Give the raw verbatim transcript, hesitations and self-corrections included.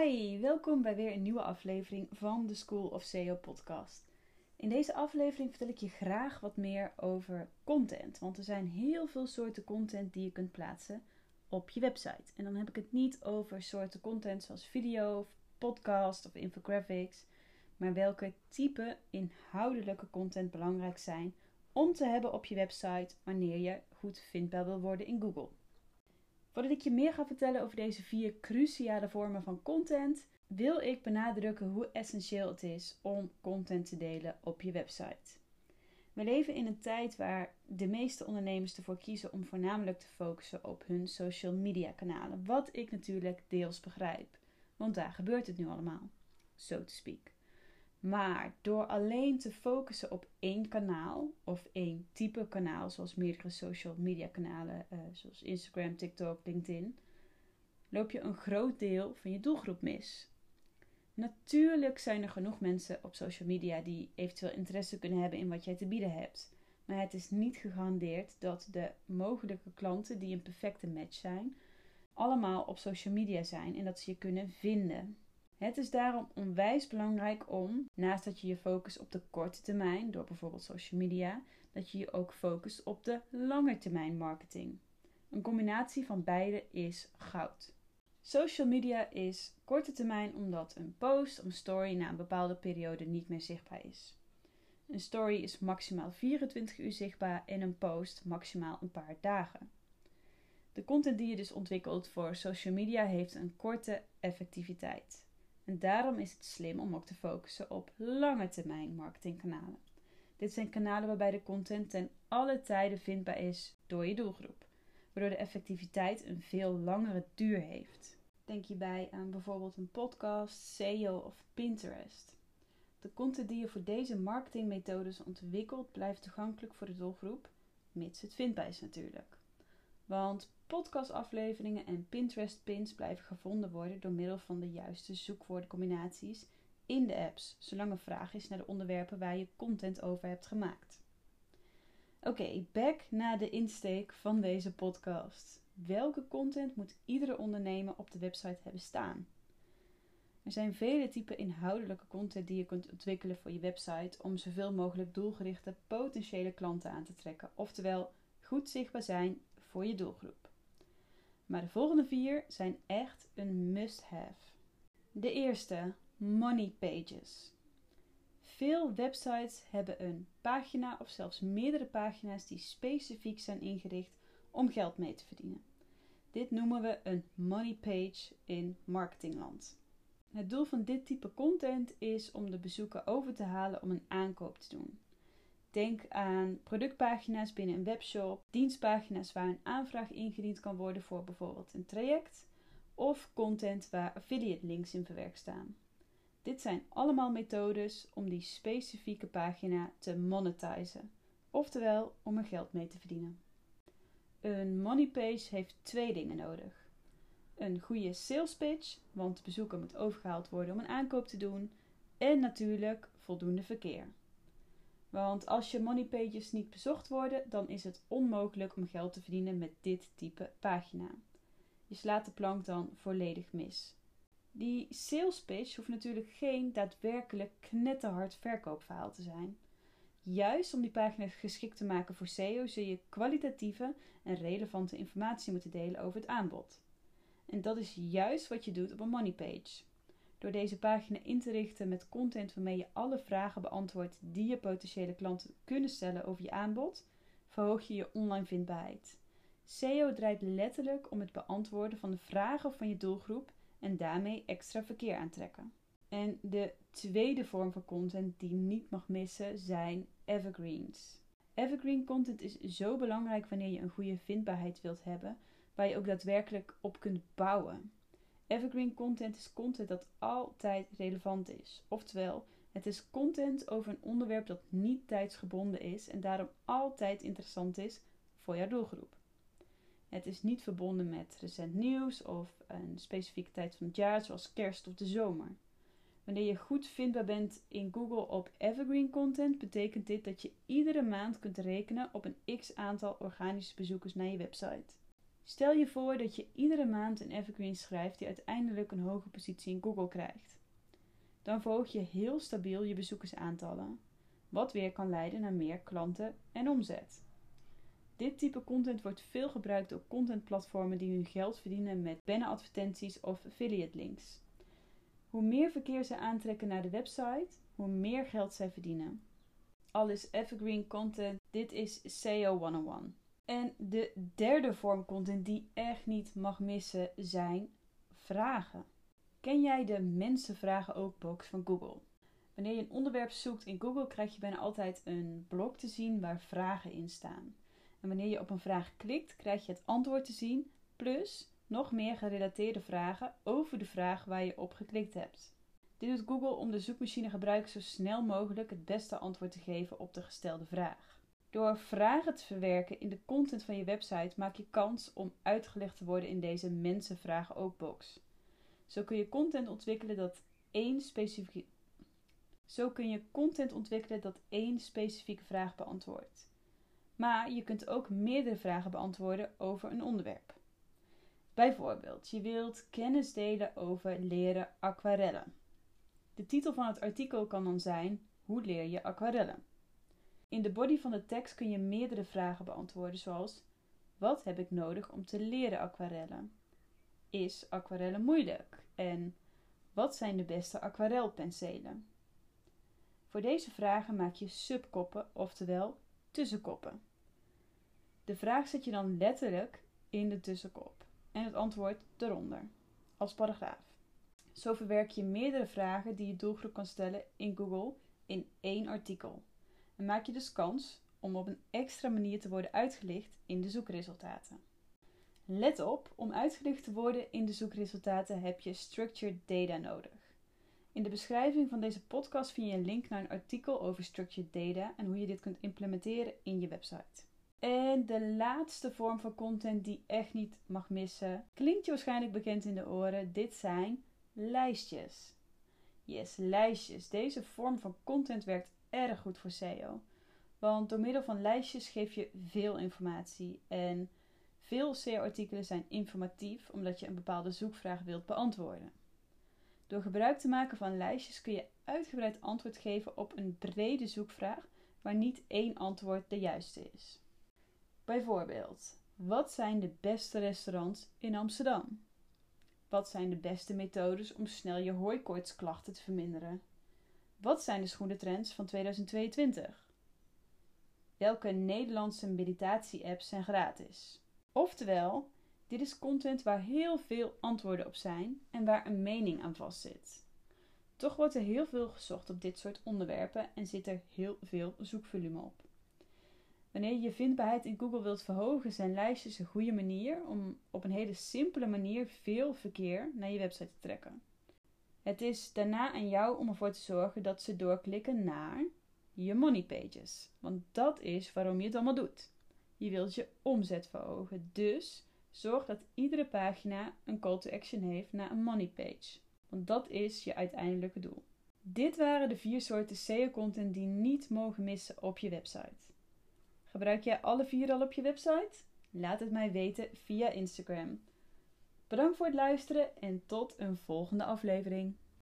Hi, welkom bij weer een nieuwe aflevering van de School of S E O podcast. In deze aflevering vertel ik je graag wat meer over content. Want er zijn heel veel soorten content die je kunt plaatsen op je website. En dan heb ik het niet over soorten content zoals video, of podcast of infographics. Maar welke type inhoudelijke content belangrijk zijn om te hebben op je website wanneer je goed vindbaar wil worden in Google. Voordat ik je meer ga vertellen over deze vier cruciale vormen van content, wil ik benadrukken hoe essentieel het is om content te delen op je website. We leven in een tijd waar de meeste ondernemers ervoor kiezen om voornamelijk te focussen op hun social media kanalen. Wat ik natuurlijk deels begrijp, want daar gebeurt het nu allemaal, so to speak. Maar door alleen te focussen op één kanaal of één type kanaal, zoals meerdere social media kanalen, uh, zoals Instagram, TikTok, LinkedIn, loop je een groot deel van je doelgroep mis. Natuurlijk zijn er genoeg mensen op social media die eventueel interesse kunnen hebben in wat jij te bieden hebt. Maar het is niet gegarandeerd dat de mogelijke klanten die een perfecte match zijn, allemaal op social media zijn en dat ze je kunnen vinden. Het is daarom onwijs belangrijk om, naast dat je je focust op de korte termijn, door bijvoorbeeld social media, dat je je ook focust op de lange termijn marketing. Een combinatie van beide is goud. Social media is korte termijn omdat een post of een story na een bepaalde periode niet meer zichtbaar is. Een story is maximaal vierentwintig uur zichtbaar en een post maximaal een paar dagen. De content die je dus ontwikkelt voor social media heeft een korte effectiviteit. En daarom is het slim om ook te focussen op lange termijn marketingkanalen. Dit zijn kanalen waarbij de content ten alle tijden vindbaar is door je doelgroep, waardoor de effectiviteit een veel langere duur heeft. Denk hierbij aan bijvoorbeeld een podcast, S E O of Pinterest. De content die je voor deze marketingmethodes ontwikkelt blijft toegankelijk voor de doelgroep, mits het vindbaar is natuurlijk. Want podcastafleveringen en Pinterest-pins blijven gevonden worden door middel van de juiste zoekwoordencombinaties in de apps, zolang er vraag is naar de onderwerpen waar je content over hebt gemaakt. Oké, okay, back naar de insteek van deze podcast. Welke content moet iedere ondernemer op de website hebben staan? Er zijn vele typen inhoudelijke content die je kunt ontwikkelen voor je website om zoveel mogelijk doelgerichte potentiële klanten aan te trekken, oftewel goed zichtbaar zijn voor je doelgroep. Maar de volgende vier zijn echt een must-have. De eerste, money pages. Veel websites hebben een pagina of zelfs meerdere pagina's die specifiek zijn ingericht om geld mee te verdienen. Dit noemen we een money page in marketingland. Het doel van dit type content is om de bezoeker over te halen om een aankoop te doen. Denk aan productpagina's binnen een webshop, dienstpagina's waar een aanvraag ingediend kan worden voor bijvoorbeeld een traject of content waar affiliate links in verwerkt staan. Dit zijn allemaal methodes om die specifieke pagina te monetizen, oftewel om er geld mee te verdienen. Een money page heeft twee dingen nodig. Een goede sales pitch, want de bezoeker moet overgehaald worden om een aankoop te doen, en natuurlijk voldoende verkeer. Want als je moneypages niet bezocht worden, dan is het onmogelijk om geld te verdienen met dit type pagina. Je slaat de plank dan volledig mis. Die sales pitch hoeft natuurlijk geen daadwerkelijk knetterhard verkoopverhaal te zijn. Juist om die pagina geschikt te maken voor S E O zul je kwalitatieve en relevante informatie moeten delen over het aanbod. En dat is juist wat je doet op een moneypage. Door deze pagina in te richten met content waarmee je alle vragen beantwoordt die je potentiële klanten kunnen stellen over je aanbod, verhoog je je online vindbaarheid. S E O draait letterlijk om het beantwoorden van de vragen van je doelgroep en daarmee extra verkeer aantrekken. En de tweede vorm van content die niet mag missen zijn evergreens. Evergreen content is zo belangrijk wanneer je een goede vindbaarheid wilt hebben, waar je ook daadwerkelijk op kunt bouwen. Evergreen content is content dat altijd relevant is. Oftewel, het is content over een onderwerp dat niet tijdsgebonden is en daarom altijd interessant is voor jouw doelgroep. Het is niet verbonden met recent nieuws of een specifieke tijd van het jaar zoals kerst of de zomer. Wanneer je goed vindbaar bent in Google op evergreen content, betekent dit dat je iedere maand kunt rekenen op een x aantal organische bezoekers naar je website. Stel je voor dat je iedere maand een evergreen schrijft die uiteindelijk een hoge positie in Google krijgt. Dan verhoog je heel stabiel je bezoekersaantallen, wat weer kan leiden naar meer klanten en omzet. Dit type content wordt veel gebruikt door contentplatformen die hun geld verdienen met bannenadvertenties of affiliate links. Hoe meer verkeer ze aantrekken naar de website, hoe meer geld zij verdienen. Al is evergreen content, dit is S E O honderdéén. En de derde vorm content die echt niet mag missen zijn vragen. Ken jij de mensen vragen ook box van Google? Wanneer je een onderwerp zoekt in Google krijg je bijna altijd een blok te zien waar vragen in staan. En wanneer je op een vraag klikt krijg je het antwoord te zien plus nog meer gerelateerde vragen over de vraag waar je op geklikt hebt. Dit doet Google om de zoekmachinegebruiker zo snel mogelijk het beste antwoord te geven op de gestelde vraag. Door vragen te verwerken in de content van je website maak je kans om uitgelegd te worden in deze mensen vragen ook box. Zo kun je content ontwikkelen dat één specifieke, Zo kun je content ontwikkelen dat één specifieke vraag beantwoordt. Maar je kunt ook meerdere vragen beantwoorden over een onderwerp. Bijvoorbeeld, je wilt kennis delen over leren aquarellen. De titel van het artikel kan dan zijn: hoe leer je aquarellen? In de body van de tekst kun je meerdere vragen beantwoorden zoals: wat heb ik nodig om te leren aquarellen? Is aquarellen moeilijk? En wat zijn de beste aquarelpenselen? Voor deze vragen maak je subkoppen, oftewel tussenkoppen. De vraag zet je dan letterlijk in de tussenkop en het antwoord eronder, als paragraaf. Zo verwerk je meerdere vragen die je doelgroep kan stellen in Google in één artikel. En maak je dus kans om op een extra manier te worden uitgelicht in de zoekresultaten. Let op, om uitgelicht te worden in de zoekresultaten heb je structured data nodig. In de beschrijving van deze podcast vind je een link naar een artikel over structured data en hoe je dit kunt implementeren in je website. En de laatste vorm van content die echt niet mag missen, klinkt je waarschijnlijk bekend in de oren, dit zijn lijstjes. Yes, lijstjes. Deze vorm van content werkt erg goed voor S E O. Want door middel van lijstjes geef je veel informatie en veel S E O-artikelen zijn informatief omdat je een bepaalde zoekvraag wilt beantwoorden. Door gebruik te maken van lijstjes kun je uitgebreid antwoord geven op een brede zoekvraag waar niet één antwoord de juiste is. Bijvoorbeeld, wat zijn de beste restaurants in Amsterdam? Wat zijn de beste methodes om snel je hooikoortsklachten te verminderen? Wat zijn de schoenentrends van tweeduizend tweeëntwintig? Welke Nederlandse meditatie-apps zijn gratis? Oftewel, dit is content waar heel veel antwoorden op zijn en waar een mening aan vastzit. Toch wordt er heel veel gezocht op dit soort onderwerpen en zit er heel veel zoekvolume op. Wanneer je je vindbaarheid in Google wilt verhogen, zijn lijstjes een goede manier om op een hele simpele manier veel verkeer naar je website te trekken. Het is daarna aan jou om ervoor te zorgen dat ze doorklikken naar je money pages. Want dat is waarom je het allemaal doet. Je wilt je omzet verhogen, dus zorg dat iedere pagina een call to action heeft naar een money page. Want dat is je uiteindelijke doel. Dit waren de vier soorten S E O-content die niet mogen missen op je website. Gebruik jij alle vier al op je website? Laat het mij weten via Instagram. Bedankt voor het luisteren en tot een volgende aflevering.